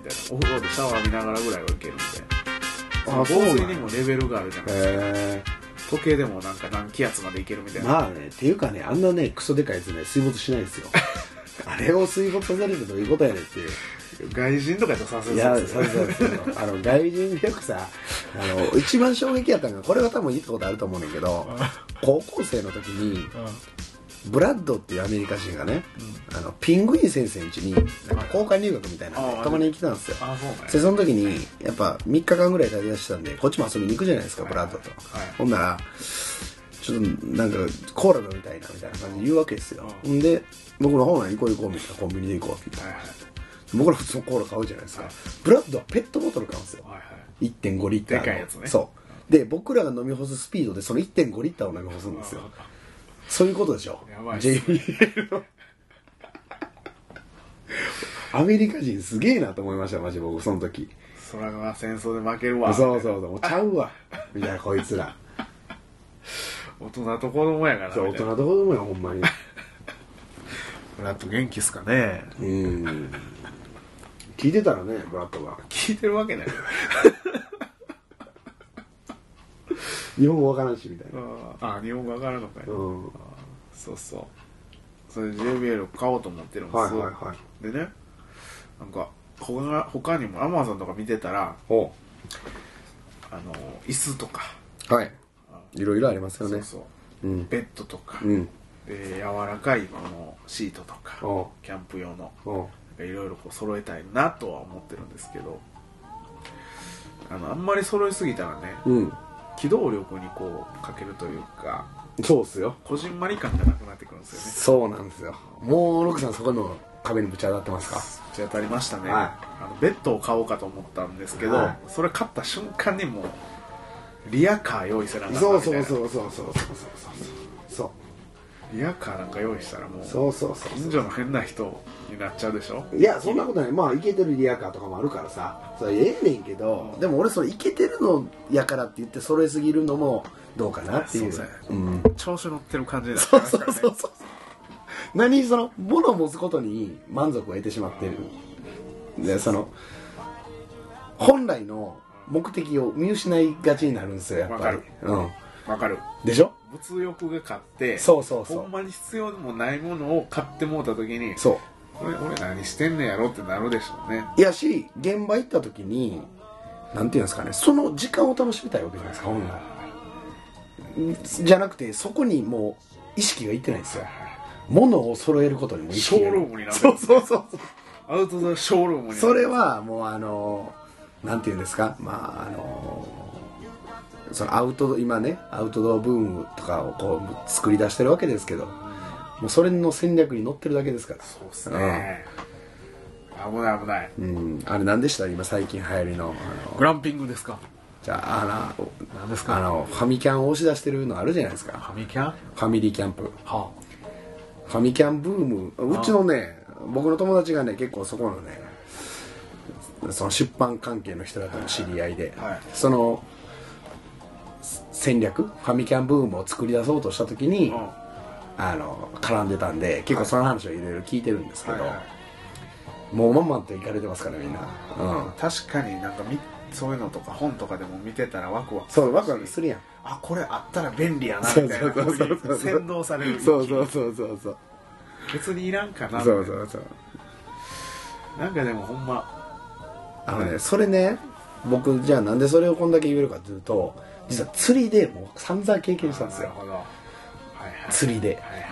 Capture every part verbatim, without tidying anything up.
みたいな。お風呂でシャワー浴びながらぐらいはいけるんで。 あ、 防水にもレベルがあるじゃないですか。 へ時計でもなんか何気圧までいけるみたいな。 まあね、っていうかね、あんなねクソでかいやつね水没しないですよあれを水没させるってどういうことやねんっていう。 外人とかとさせるいや、そうそうそうあの外人でよくさ、あの一番衝撃やったのが、これは多分言ったことあると思うねんけど、高校生の時にブラッドっていうアメリカ人がね、うん、あのピングイン先生ん家になんか交換留学みたいなのでたまに来たんですよ。 ああ、そうね。 でその時にやっぱみっかかんぐらい旅立してたんで、こっちも遊びに行くじゃないですか、ブラッドと、はいはい、ほんならちょっとなんかコーラ飲みたいなみたいな感じで言うわけですよ、うん、で僕らほな行こう行こうみたいな、コンビニで行こうって言って、はいはい、僕ら普通のコーラ買うじゃないですか、はい、ブラッドはペットボトル買うんですよ、はいはい、いってんごリッターのでかいやつね。 そうで僕らが飲み干すスピードでその いってんごリッターを飲み干すんですよ。そういうことでしょ。 やばいっすジェイビーエル のアメリカ人すげえなと思いました、マジ僕その時。 そらが戦争で負けるわ。 そうそうそう、もうちゃうわみたいな、こいつら大人と子供やからな。 そう、大人と子供やほんまにブラッド元気っすかね。 うん、聞いてたらね、ブラッドが聞いてるわけない日本語わからんしみたいな。 ああ、日本語わからんのかい、 うん、 そうそう、それで ジェイビーエル 買おうと思ってるんですよ、はいはいはい、でね、なんか他が他にも アマゾン とか見てたら、おあの椅子とか、はい、 いろいろありますよね。 そうそう、うん、ベッドとか、うん、で柔らかいこのシートとか、キャンプ用のいろいろ揃えたいなとは思ってるんですけど、あのあんまり揃いすぎたらね、うん、機動力にこうかけるというか、 そうっすよ、 こじんまり感がなくなってくるんですよね。 そうなんですよ。もうロックさんそこの壁にぶち当たってますか？ ぶち当たりましたね、はい、あのベッドを買おうかと思ったんですけど、はい、それ買った瞬間にもうリアカー用意せなかったみたいな。そうそうそうそうそうそうそうそう、リアカーなんか用意したらもうそうそうそう、近所の変な人になっちゃうでしょ。 いや、そんなことない。まあイケてるリアカーとかもあるからさ、それええねんけど、うん、でも俺それイケてるのやからって言って揃えすぎるのもどうかなっていう。そうそう、うん、 調子乗ってる感じだったからね。そうそうそうそう、何その物を持つことに満足を得てしまってる。でその本来の目的を見失いがちになるんですよ、やっぱり。わかる、うん、 わかるでしょ。 物欲が勝って、 そうそうそう、 ほんまに必要でもないものを買ってもうた時に、 そう、 俺俺何してんねやろってなるでしょうね。 いやし、現場行った時になんていうんですかね、その時間を楽しみたいわけじゃないですか、本来じゃなくて、そこにもう意識がいってないんですよ。物を揃えることにも意識が、 ショールームになる。 そうそうそう、 アウトドアショールームになる。 それはもうあのなんていうんですか、まああのそのアウトド今ねアウトドアブームとかをこう作り出してるわけですけど、もうそれの戦略に乗ってるだけですから。 そうですね、うん、危ない危ない、 うん、あれ何でした今最近流行り の, あのグランピングですか。 じゃあ、あの何ですか、 あのファミキャンを押し出してるのあるじゃないですか。 ファミキャン、 ファミリーキャンプ、 はあ、 ファミキャンブーム、うちのね、僕の友達がね結構そこのね、その出版関係の人らとの知り合いで、はいはい、その戦略、ファミキャンブームを作り出そうとした時に、うん、あの絡んでたんで、結構その話をいろいろ聞いてるんですけど、はいはい、もうまんまんと行かれてますからみんな、うん、 確かになんかみそういうのとか本とかでも見てたらワクワクするし、そうワクワクするやん、 あこれあったら便利やなみたいな風に先導される。 そうそうそうそうそう、 別にいらんかな。 そうそうそう、 なんかでもほんまあのね、それね、僕じゃあなんでそれをこんだけ言えるかというと、実は釣りでもう散々経験したんですよ。なるほど、はいはい、釣りで、はいはいはい、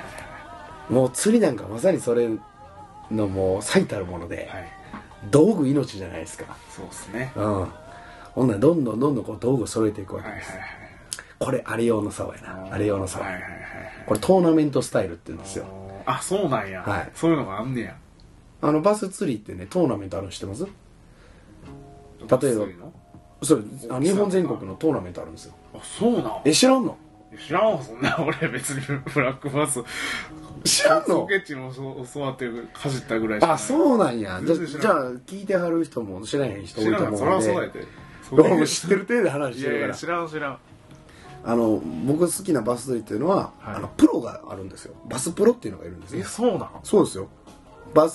もう釣りなんかまさにそれのもう最たるもので、はい、道具命じゃないですか。 そうですね、 うん、ほんならどんどんどんどんこう道具を揃えていくわけです、はいはいはい、これあれ用の竿やな、あれ用の竿、はいはいはいはい、これトーナメントスタイルって言うんですよ。 あ、そうなんや、はい、そういうのがあんねや。 あのバス釣りってね、トーナメントあるの知ってます？例えばそれあ日本全国のトーナメントあるんですよ。 あ、そうなん？ え、知らんの？ 知らんわ、そんな。俺別にブラックバス知らんの？ スケッチの教わってかじったぐらいしかない。 あ、そうなんや。じゃ、じゃあ聞いてはる人も知らへん人多いと思うんで。 知らん、そらそうやて。 俺も知ってる程度で話してるから。 いやいや、知らん知らん。 あの僕好きなバス釣りっていうのは、はい、あのプロがあるんですよ。バスプロっていうのがいるんですよ。 え、そうなの？ そうですよ。バス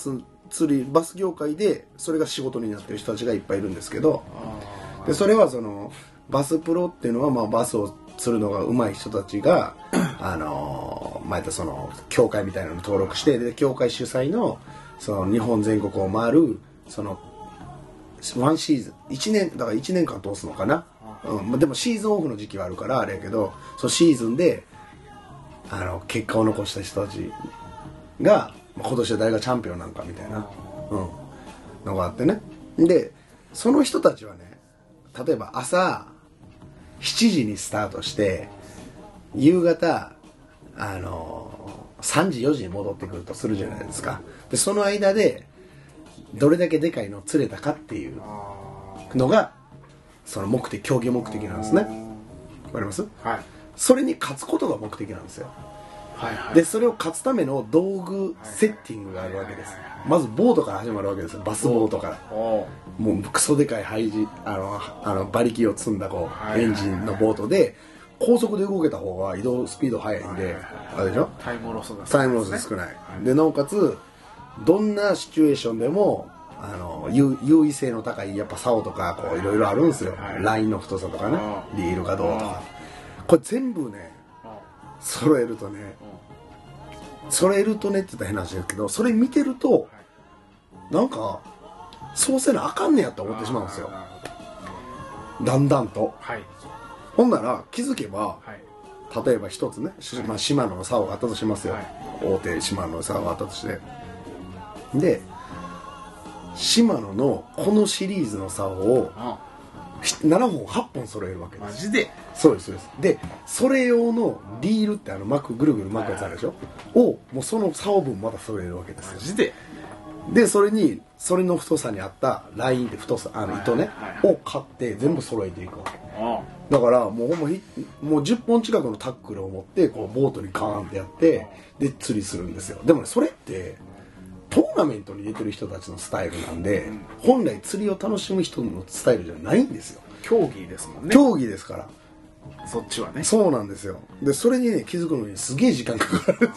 釣りバス業界でそれが仕事になってる人たちがいっぱいいるんですけど、でそれはそのバスプロっていうのは、まあ、バスを釣るのが上手い人たちがあのー、前とその協会みたいなのに登録して、で協会主催のその日本全国を回るそのワンシーズンいちねんだからいちねんかん通すのかな、うん、でもシーズンオフの時期はあるからあれやけど、そのシーズンであの結果を残した人たちが今年は誰がチャンピオンなんかみたいな、うん、のがあってね。でその人たちはね、例えば朝しちじにスタートして夕方あのさんじよじに戻ってくるとするじゃないですか。でその間でどれだけでかいのを釣れたかっていうのがその目的、競技目的なんですね。わかります？はい。それに勝つことが目的なんですよ。はいはい。でそれを勝つための道具セッティングがあるわけです。まずボートから始まるわけですよ。バスボートから。もうクソでかいハイジあのあの馬力を積んだこうエンジンのボートで高速で動けた方が移動スピード速いんで、あれでしょ？ タイムロスがタイムロス少ない。でなおかつどんなシチュエーションでもあの優優位性の高いやっぱ竿とかこういろいろあるんですよ。ラインの太さとかね、リールがどうとか、これ全部ね揃えるとね、揃えるとねって言ったら変な話ですけど、それ見てるとなんかそうせなあかんねやって思ってしまうんですよ、だんだんと。はい、ほんなら気づけば、はい、例えば一つね、まあ、シマノの竿があったとしますよ、はい、大手シマノの竿があったとして、でシマノのこのシリーズの竿をななほんはっぽん揃えるわけです。 マジで？ そうですそうです。でそれ用のリールってあの巻くぐるぐる巻くやつあるでしょ、はいはい、をもうその竿分また揃えるわけですよ。 マジで？ でそれにそれの太さに合ったラインで太さあの糸ね、を買って全部揃えていくわけ。だからもうほんまもうじゅっぽん近くのタックルを持ってこうボートにカーンってやってで釣りするんですよ。でもねそれってトーナメントに出てる人たちのスタイルなんで、うん、本来釣りを楽しむ人のスタイルじゃないんですよ。 競技ですもんね。 競技ですからそっちはね。 そうなんですよ。でそれにね気づくのにすげえ時間かかる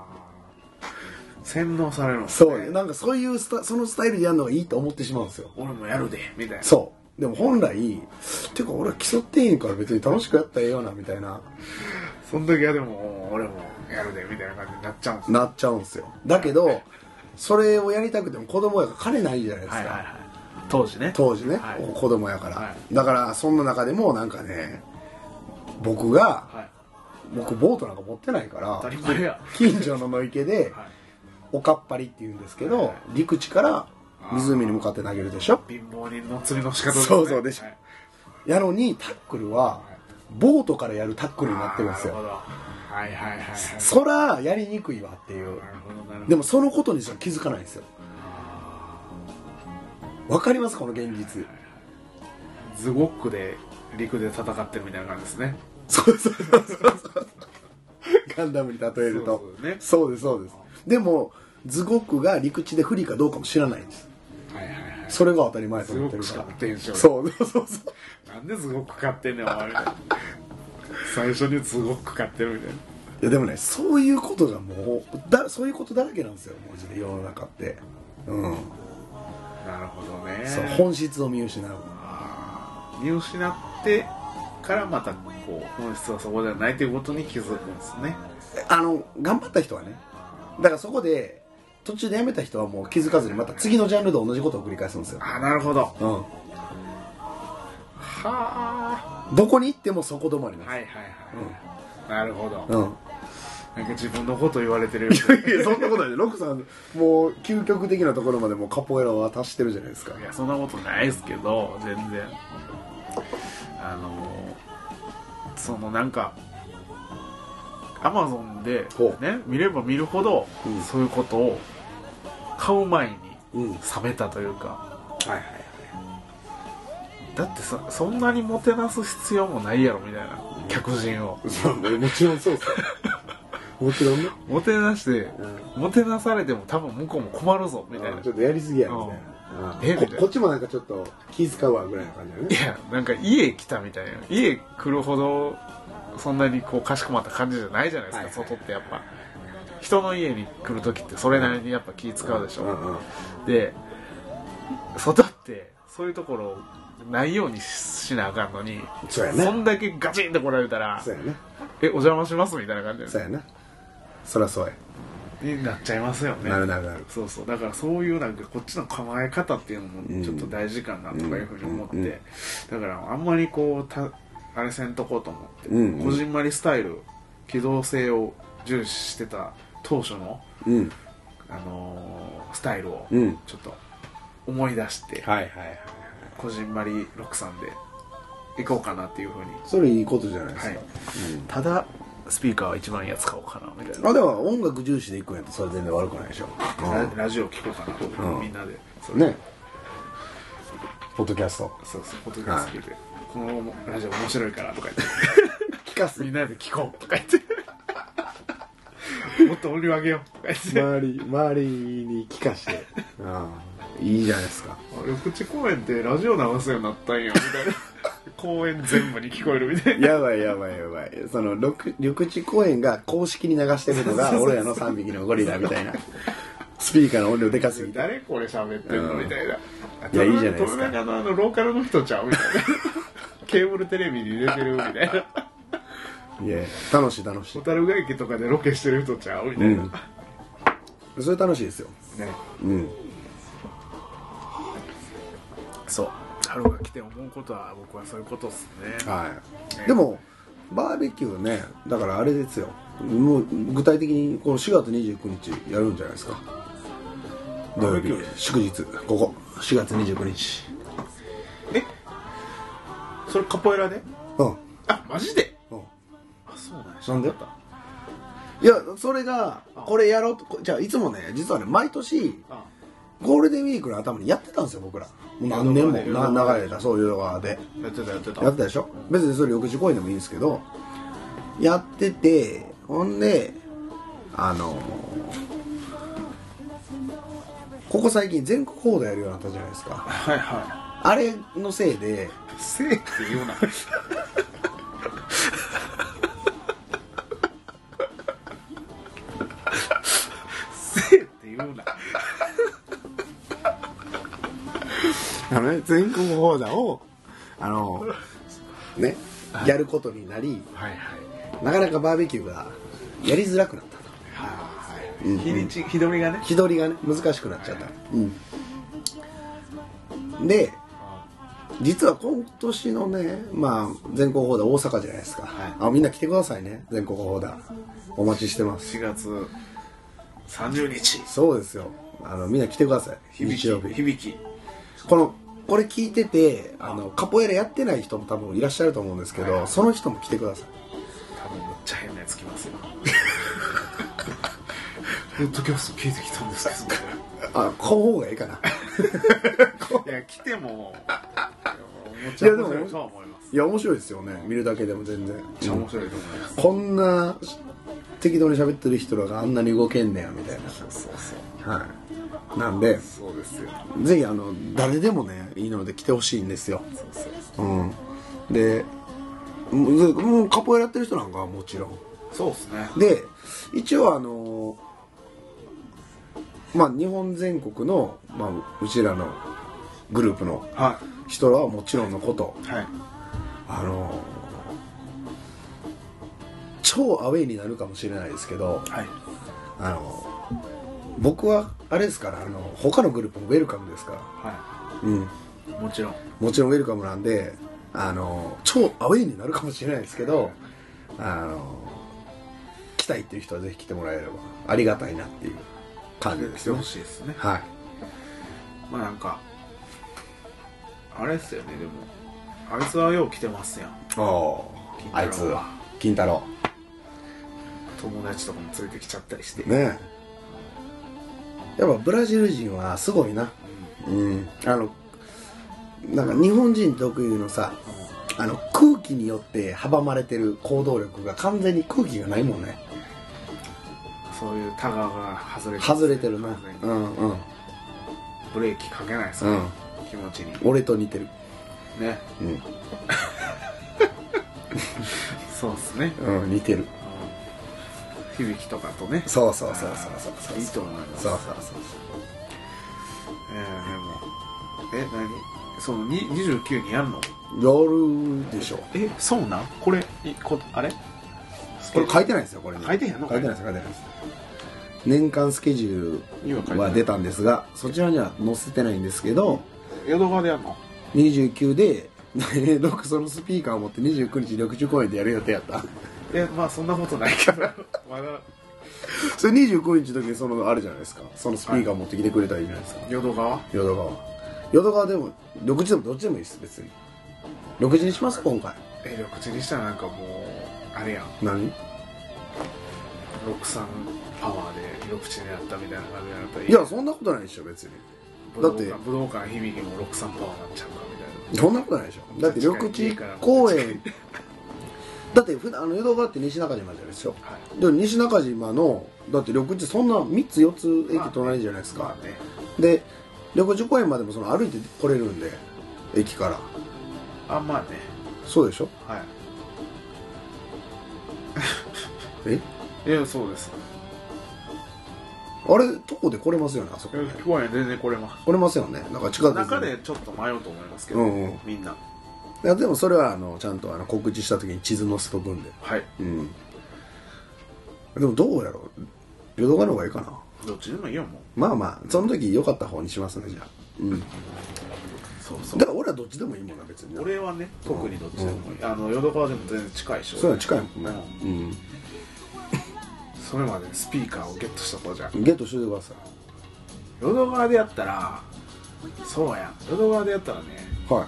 洗脳されるんですね。そうなんかそういうスタそのスタイルでやるのがいいと思ってしまうんですよ。 俺もやるでみたいな。 そうでも本来てか俺は競っていいから別に楽しくやったらええよなみたいな、 その時はでも俺もやるでみたいな感じになっちゃうんですよ。 なっちゃうんですよ。だけどそれをやりたくても子供やから金ないじゃないですか、はいはいはい、 当時ね当時ね、はい、子供やから、はい、だからそんな中でもなんかね僕が、はい、僕ボートなんか持ってないから当たり前や近所の野池で、はい、おかっぱりっていうんですけど、はい、陸地から湖に向かって投げるでしょ。 貧乏人の釣りの仕方ですね。 そうそうでしょ、はい、やのにタックルはボートからやるタックルになってるんですよ。 はいはいはい、はい、 そらやりにくいわっていう。でもそのことにしか気づかないんですよ。わかりますこの現実。 ズゴックで陸で戦ってるみたいな感じですね。 そうそうそうそうガンダムに例えるとそうです、ね、そうですそうです。でもズゴックが陸地で不利かどうかも知らないんです。はいはいはい、それが当たり前と思ってるから。ズゴック買ってんしょ。そうそうそうそう。 なんでズゴック買ってんねんお前みたいな。最初にズゴック買ってるみたいな。 いやでもねそういうことがもうだそういうことだらけなんですよマジで世の中って。うん。 なるほどね。 そう本質を見失う。 見失ってからまたこう本質はそこではないということに気づくんですね。 あの頑張った人はね。だからそこで途中でやめた人はもう気づかずにまた次のジャンルで同じことを繰り返すんですよ。 あなるほど。うん。はあ。どこに行ってもそこ止まりなんです。はいはいはい。 うん、なるほど。うん。なんか自分のこと言われてるよ。 いやいやそんなことないでロックさんもう究極的なところまでもうカポエラは達してるじゃないですか。 いやそんなことないですけど全然あのそのなんかアマゾンでね見れば見るほど、うん、そういうことを買う前に冷めたというか、うん、はいはいはい。だってさそんなにもてなす必要もないやろみたいな客人を。 もちろんそうですよ。もちろんね。 もてなして、うん、もてなされても多分向こうも困るぞみたいな。 ちょっとやりすぎやみたいな。うん、えみたいなこ。こっちもなんかちょっと気遣うわぐらいな感じだね。 いやなんか家来たみたいな。家来るほどそんなにこうかしこまった感じじゃないじゃないですか、はいはい、外ってやっぱ。 人の家に来る時ってそれなりにやっぱ気使うでしょ、うんうん、で外ってそういうところないようにしなあかんのに、 そうやね、 そんだけガチンと来られたら、 そうやね、 えお邪魔しますみたいな感じで、 そうやな、そりゃそうやになっちゃいますよね。 なるなるなる。 そうそう、だからそういうなんかこっちの構え方っていうのもちょっと大事かなとかいうふうに思って、うんうんうん、だからあんまりこうたあれせんとこうと思って、うんうん、こじんまりスタイル、機動性を重視してた当初の、うん、あのー、スタイルをちょっと思い出して、うん、はいはいはい、こじんまりろくさんで行こうかなっていうふうに。 それいいことじゃないですか、はい、 うん、ただスピーカーは一番いいやつ買おうかなみたいな。 あ、でも音楽重視で行くんやったらそれ全然悪くないでしょ、 うん、ラ, ラジオ聞こうかなと、うん、みんなでそれね、ポッドキャスト、 そうそう、ポッドキャスト聞いて、はい、このラジオ面白いからとか言って聞かす、みんなで聞こうとか言ってもっと音量上げようとか言って周り周りに聞かしてああいいじゃないですか。 緑地公園ってラジオ流すようになったんやみたいな公園全部に聞こえるみたいな。 やばいやばいやばい。その緑地公園が公式に流してるのが俺らのさんびきのゴリラみたいなスピーカーの音量でかすぎて誰これ喋ってんの、うん、みたいな。いやいいじゃないですか。 あのあのローカルの人ちゃうみたいなケーブルテレビに入れてるみたいな。 いや楽しい楽しい。 小樽ヶ池とかでロケしてる人ちゃうみたいな、 うん、それ楽しいですよね。うん、 そう、春が来て思うことは僕はそういうことですね。 はい、ね、でもバーベキューね、だからあれですよ、もう具体的にこのしがつにじゅうくにちやるんじゃないですか。土曜日祝日、ここしがつにじゅうくにち。 え、それカポエラで？ うん。 あ、マジで？ うん。 あ、そうなんや。 なんで？いや、それがこれやろうと、じゃあいつもね、実はね、毎年ゴールデンウィークの頭にやってたんですよ、僕ら。何年もな流れた、そういう側でやってたやってたやってたでしょ。別にそれ緑地公園でもいいんですけど、やってて、ほんであのここ最近全国放題やるようになったじゃないですか。 はいはい。 あれのせいで、 せいって言うなせいって言うなあのね、全国放題をあのねやることになり、はいはい、なかなかバーベキューがやりづらくなったと。 はい、うん、日にち日取りがね日取りがね難しくなっちゃった、はいはい、うん、で実は今年のね、まあ全国放題大阪じゃないですか、はい、あみんな来てくださいね。全国放題お待ちしてます。 しがつさんじゅうにち。 そうですよ、あのみんな来てください。 日曜日響き。 このこれ聞いてて、あのカポエラやってない人も多分いらっしゃると思うんですけど、はい、その人も来てください。 多分めっちゃ変なやつ来ますよポッドキャスト聞いてきたんですけどあ、この方がいいかないや来てもいやでも面白い、いや面白いですよね。見るだけでも全然めっちゃ面白いと思います。 こんな適当に喋ってる人らがあんなに動けんねやみたいな。 そうそうそう、 はい、なんでそうですよ、 ぜひあの誰でもねいいので来てほしいんですよ。 そうそうそう、 うん、でもうカポエラやってる人なんかはもちろんそうですね。 で一応あのまあ日本全国の、まあ、うちらのグループの人はもちろんのこと、はい、あの超アウェイになるかもしれないですけど、はい、あの僕はあれですから、あの他のグループもウェルカムですから、はい、うん、 もちろんもちろんウェルカムなんで、あの超アウェイになるかもしれないですけど、あの来たいっていう人はぜひ来てもらえればありがたいなっていう感じですよ。 欲しいですね。 はい。 まあなんかあれですよね。でもあいつはよう来てますやん。 ああ、あいつ金太郎友達とかも連れてきちゃったりしてね。やっぱブラジル人はすごいな。うん、うん、あのなんか日本人特有のさ、うん、あの空気によって阻まれてる行動力が完全に空気がないもんね。 そういうタガが外れてる、 外れてるな。うんうん。 ブレーキかけないですか、うん、気持ちに。 俺と似てるね。うんそうっすね。 うん、似てる。 響きとかとね。 そうそうそうそうそう、 いいと思います。 そうそうそうそう。 えー、でもえ何そのにじゅうくにやるの？ やるでしょ。 え、そうなん？これこあれこれ書いてないですよ、これに。 書いてへんの？ 書いてないです、書いてないです。年間スケジュールは出たんですが、そちらには載せてないんですけど、 淀川でやるの？ にじゅうくでそのスピーカーを持ってにじゅうくにち緑地公園でやる予定やった。 え、まあそんなことないけどまだそれにじゅうくにちの時にそのあるじゃないですか、そのスピーカー持ってきてくれたらいいじゃないですか。 淀川淀川淀川でも緑地でもどっちでもいいです別に。緑地にします今回。 え、緑地にしたらなんかもうあれやん、 何六三パワーで緑地になったみたいな感じになったらいい。 いやそんなことないでしょ別に。だって武道館響きも六三パワーになっちゃうかみたいな。 そんなことないでしょ。だって緑地公園だって普段あの淀川って西中島じゃないですよ、はい、で西中島のだって緑地そんなみっつよっつ駅隣じゃないですか、まあね、で緑地公園までもその歩いて来れるんで駅から。 あ、まあね、 そうでしょ。 はいえいやそうです。 あれ徒歩で来れますよねあそこね。 公園全然来れます。 来れますよね。なんか近く中でちょっと迷うと思いますけど、うんうん、みんな。 いやでもそれはあのちゃんとあの告知した時に地図載せとくんで。 はい、 うん、でもどうやろう、淀川の方がいいかな。 どっちでもいいよもう。まあまあその時良かった方にしますねじゃあ。うん、そうそう。だから俺はどっちでもいいもんな別に。 俺はね特にどっちでもいい、うん、あの淀川でも全然近いでしょ。 そういうの近いもんね。うん、うん、 それまでスピーカーをゲットしたとじゃん。 ゲットしてください。 淀川でやったらそうやん、淀川でやったらね、 はい、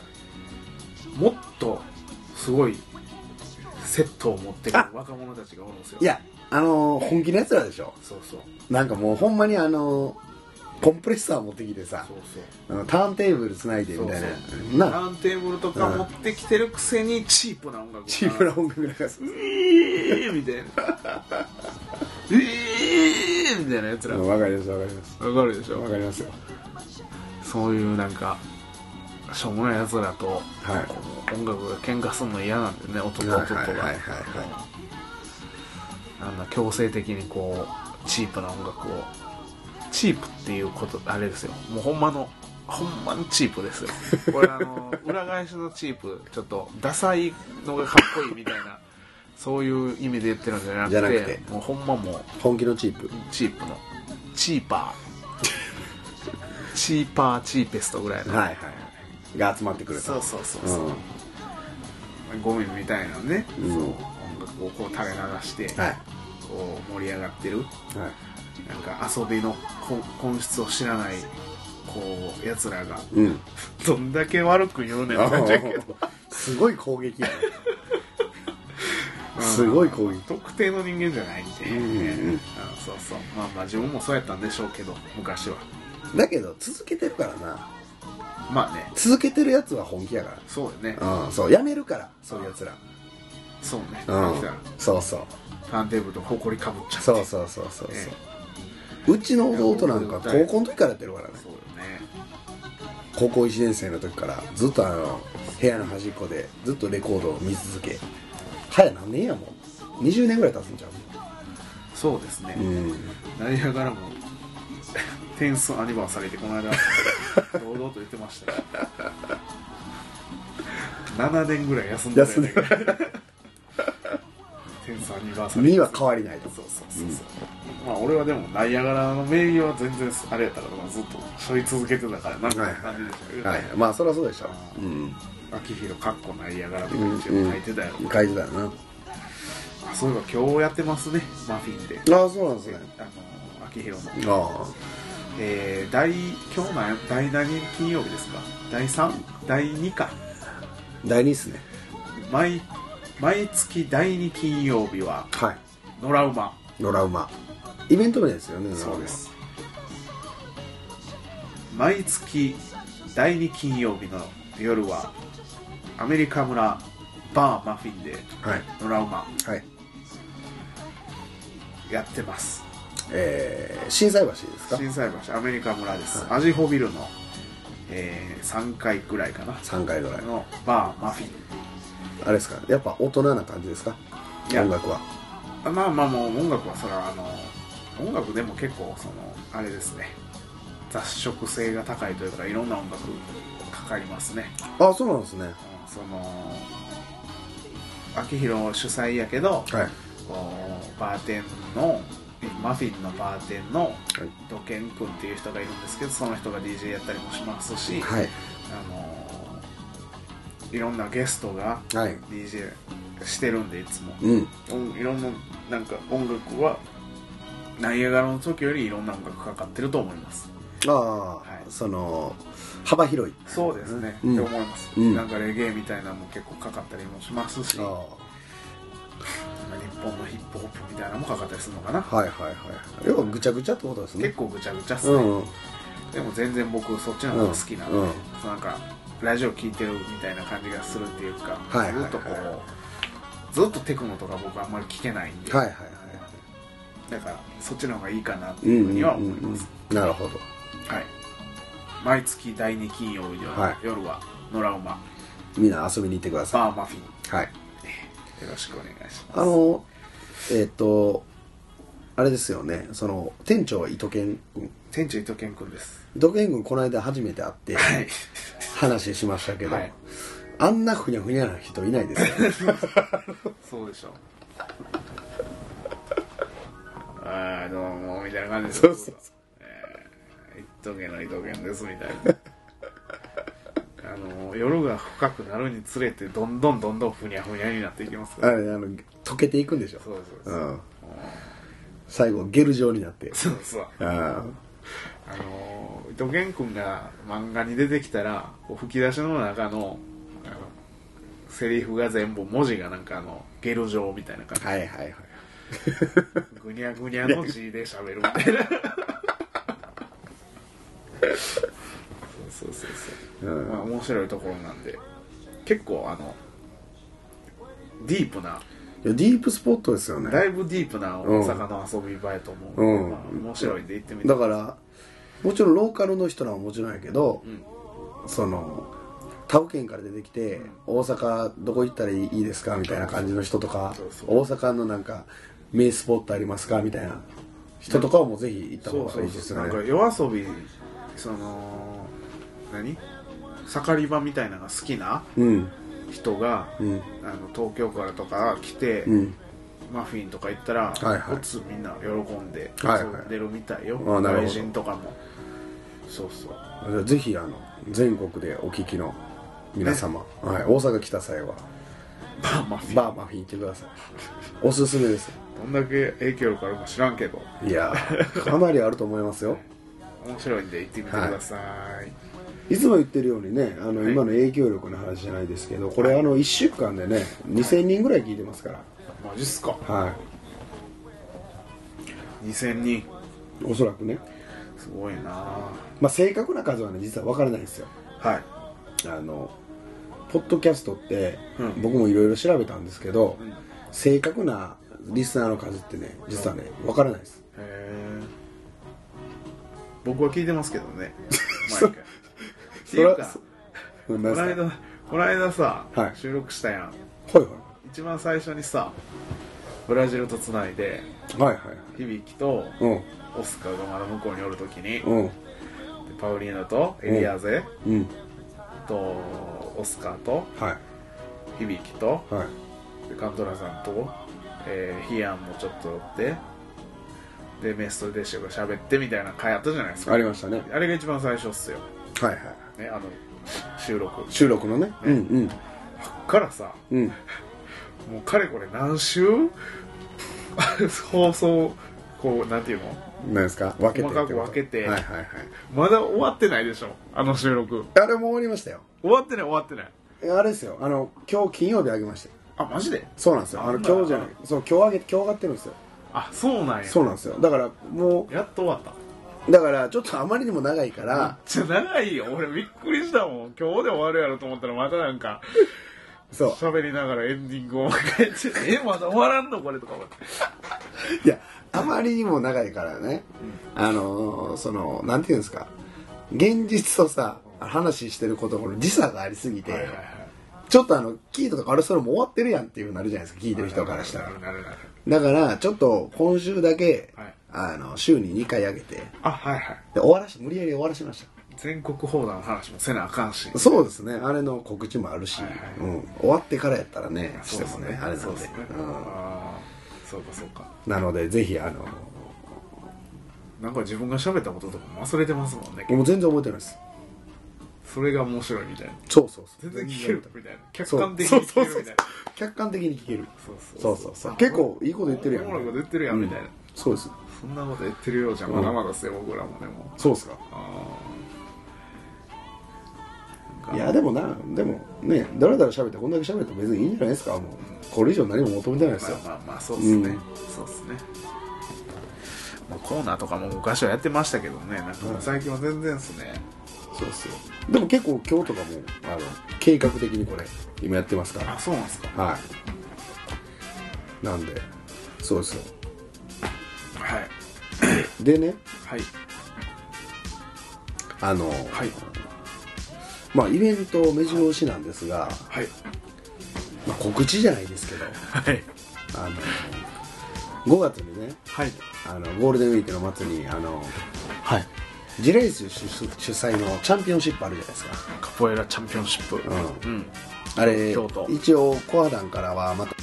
もっとすごいセットを持ってくる若者たちがおるんですよ。 いやあのー、本気のやつらでしょ。 そうそう。 なんかもうほんまにあのー、コンプレッサー持ってきてさ、 そうそう、 あのターンテーブルつないでみたいな。 そうそうなターンテーブルとか持ってきてるくせにチープな音楽、 チープな音楽流す。 えーみたいなえーみたいなやつら。 わかりますわかります。 わかるでしょ。 わかりますよ。 そういうなんかしょうもないやつらと、 はい、 音楽が喧嘩するの嫌なんでね、音と音とがあんな強制的にこうチープな音楽を、チープっていうことあれですよ、もうほんまのほんまにチープですよこれあの裏返しのチープ、ちょっとダサいのがかっこいいみたいなそういう意味で言ってるんじゃなくて、 なくてもうほんまもう本気のチープ、 チープのチーパーチーパーチーペストぐらいの、 はいはいはい、が集まってくると。 そうそうそうそう、うん、ゴミみたいなね、うん、そう音楽をこう垂れ流して、はい、こう盛り上がってる、はい、なんか遊びの本質を知らないこうやつらが、うん、どんだけ悪く言うねんって感じだけどすごい攻撃やねすごい攻撃。 特定の人間じゃないんで、うんうんうん、そうそう、まあまあ自分もそうやったんでしょうけど昔は。 だけど続けてるからな。 まあね、 続けてるやつは本気やから。 そうよね、 うん、そうやめるからそういうやつら。 そうね、 うん、そうそう、 ターンテーブルとほこりかぶっちゃって。 そうそうそうそうそう、ええ、うちの弟なんか高校の時からやってるからね。 そうよね、 高校いちねん生の時からずっとあの部屋の端っこでずっとレコードを見続け、早何年やもん、にじゅうねんぐらい経つんちゃう。 そうですね、うん、なりながらもテンスアニバーサリーってこの間堂々と言ってましたよななねんぐらい休んでたよねテンスアニバーサリーには変わりないと。 そうそうそうそう、うん、まあ俺はでもナイアガラの名義は全然あれやったから、ずっと背負い続けてたからなんか感じでしたよ、 はいはいはい、まあそりゃそうでしょ。うん、 秋広かっこナイアガラとか一応書いてたやろ、 うんうん、書いてたよな。 あ、そういえば今日やってますね、マフィンで。 ああそうなんですね、 あの秋広の。ああ、えー、第今日の第何金曜日ですか。だいさん、だいにか。 だいにですね。 毎毎月だいに金曜日は、 はい、 野良馬。 野良馬。イベント名ですよね。 そうです。毎月だいに金曜日の夜はアメリカ村バーマフィンで、はい、野良馬、はい、やってます。 えー、心斎橋ですか。 心斎橋アメリカ村です、はい、アジホビルの、えー、さんかいぐらいかな、 さんかいぐらいのバーマフィン。 あれですか、やっぱ大人な感じですか、音楽は。 まあまあもう音楽はそれはあの音楽でも結構そのあれですね、雑食性が高いというかいろんな音楽かかりますね。 あ、そうなんですね。 その秋広主催やけど、はい、こうバーテンのマフィンのバーテンのドケン君っていう人がいるんですけど、その人が ディージェー やったりもしますし、はい、あのいろんなゲストが ディージェー してるんでいつも、うん、いろんななんか音楽はナイアガラの時よりいろんな音楽かかってると思います。 ああ、はい、その幅広い。 そうですね、うん、って思います、うん、なんかレゲエみたいなのも結構かかったりもしますし、あ日本のヒップホップみたいなのもかかったりするのかな。はいはいはい。 要はぐちゃぐちゃってことですね。 結構ぐちゃぐちゃっすね、うんうん、でも全然僕そっちの方が好きなんで、うんうん、なんかラジオ聴いてるみたいな感じがするっていうか、はいはいはい、ずっとこうずっとテクノとか僕あんまり聴けないんで、はいはいはい、だからそっちの方がいいかなっていうふうには思います、うんうんうん、 なるほど。 はい、毎月だいに金曜日の、はい、夜は野良馬みんな遊びに行ってください。 バーマフィン、はい、よろしくお願いします。 あのえっ、ー、とあれですよね、その店長は伊藤健君。 店長伊藤健君です。 伊藤健君この間初めて会って、はい、話しましたけど、はい、あんなふにゃふにゃな人いないですよね。 そうでしょ。ああどうもみたいな感じです。そうそうそう、えー、伊藤健の伊藤健ですみたいな。あの夜が深くなるにつれてどんどんどんどんふにゃふにゃになっていきますから、 あれあの溶けていくんでしょ。そうそうそう、うん、最後ゲル状になって。そうそう、ああの伊藤健君が漫画に出てきたら吹き出しの中のあのセリフが全部文字がなんかあのゲル状みたいな感じ。はいはいはい。ぐにゃぐにゃの字で喋るみたいな。そうそうそうそう、うん、まあ面白いところなんで結構あのディープな、 いやディープスポットですよね。 だいぶディープな大阪の遊び場やと思う、うんまあ、面白いんで行ってみて。 だからもちろんローカルの人らはもちろんやけど、うん、その他府県から出てきて、うん、大阪どこ行ったらいいですかみたいな感じの人とか、そうそう大阪のなんか名スポットありますかみたいな人とかはもうぜひ行った方がいいですよね。 なんか夜遊びその何盛り場みたいなのが好きな人が、うん、あの東京からとか来て、うん、マフィンとか行ったら、はいはい、こっちみんな喜んで、はいはい、出るみたいよ、外人とかも。そうそう。 ぜひあの全国でお聞きの皆様、ねはい、大阪来た際はバーマフィンバーマフィン行ってください。おすすめです。 どんだけ影響力あるか知らんけど、 いやかなりあると思いますよ。 面白いんで行ってみてください、はいいつも言ってるようにね、あの、はい、今の影響力の話じゃないですけど、これあのいっしゅうかんでねにせんにんぐらい聞いてますから。 マジっすか。 はいにせんにんおそらくね。 すごいな。 まあ正確な数はね実は分からないんですよ。はいあのポッドキャストって、うん、僕もいろいろ調べたんですけど、うん、正確なリスナーの数ってね実はね分からないです。へえ。 僕は聞いてますけどね毎回っていうかこの間この間さ、はい、収録したやん。はいはい。一番最初にさブラジルとつないで、はいはい、響と、うん、オスカーがまだ向こうにおるときに、うん、でパウリーナとエリアーゼ、うん、とオスカーと、はい、響と、はい、でカントラさんと、えー、ヒアンもちょっと寄ってでメストデシオが喋ってみたいな回あったじゃないですか。 ありましたね。 あれが一番最初っすよ。はいはい、ね、あの収録収録のね、ねうんうん、 こっからさ、うん、もうかれこれ何週放送こうなんていうの何ですか分けて細かく分けて、はいはいはい、まだ終わってないでしょあの収録。 あれもう終わりましたよ。 終わってない終わってない。 あれですよ、あの今日金曜日あげましたよ。 あマジで。 そうなんですよ。あの今日じゃないそう今日あげ今日上がってるんですよ。 あそうなんや。 そうなんですよ。だからもうやっと終わった。 だからちょっとあまりにも長いからめっちゃ長いよ。俺びっくりしたもん。今日で終わるやろと思ったらまたなんかそう喋りながらエンディングを迎えてえまだ終わらんのこれとか思っていやあまりにも長いからね、うん、あのそのなんていうんですか現実とさ話してることの時差がありすぎて、はいはいはい、 ちょっとあのキートとかアルストローも終わってるやんっていうふうになるじゃないですか、聞いてる人からしたら。だからちょっと今週だけ、はい、あの週ににかい上げて、 あ、はいはい、 で終わらし無理やり終わらしました。 全国放談の話もせなあかんし。 そうですね、あれの告知もあるし、はいはい、うん、終わってからやったらねしてもねあれなんで、 そうかそうか。 なのでぜひあのなんか自分が喋ったこととかも忘れてますもんね。 もう全然覚えてないです。 それが面白いみたいな。 そうそうそう、全然聞けるみたいな。客観的に聞けるみたいな。 客観的に聞ける。 そうそうそう、結構いいこと言ってるやん。 おもろいこと言ってるやんみたいな。 そうです。 そんなこと言ってるようじゃまだまだですよ、僕らもでも。 そうですか。いやでもな、でもね、だらだら喋ってこんだけ喋って別にいいんじゃないですか。もうこれ以上何も求めてないですよ。 まあまあまあ、そうですね。そうですね。コーナーとかも昔はやってましたけどね、なんか最近は全然ですね。 そうですよ。でも結構今日とかもあの計画的にこれ今やってますから。 あ、そうなんですか。 はい。なんでそうですよ。 はい。 でね。 はい。 あの、 はい。 まあイベント目白押しなんですが、 はい。 まあ告知じゃないですけど、 はい。 あのごがつにね、 はい。 あのゴールデンウィークの末にあの、 はい。 ジレイス主催のチャンピオンシップあるじゃないですか。 カポエラチャンピオンシップ。 うん。うん、あれ一応コア団からはまた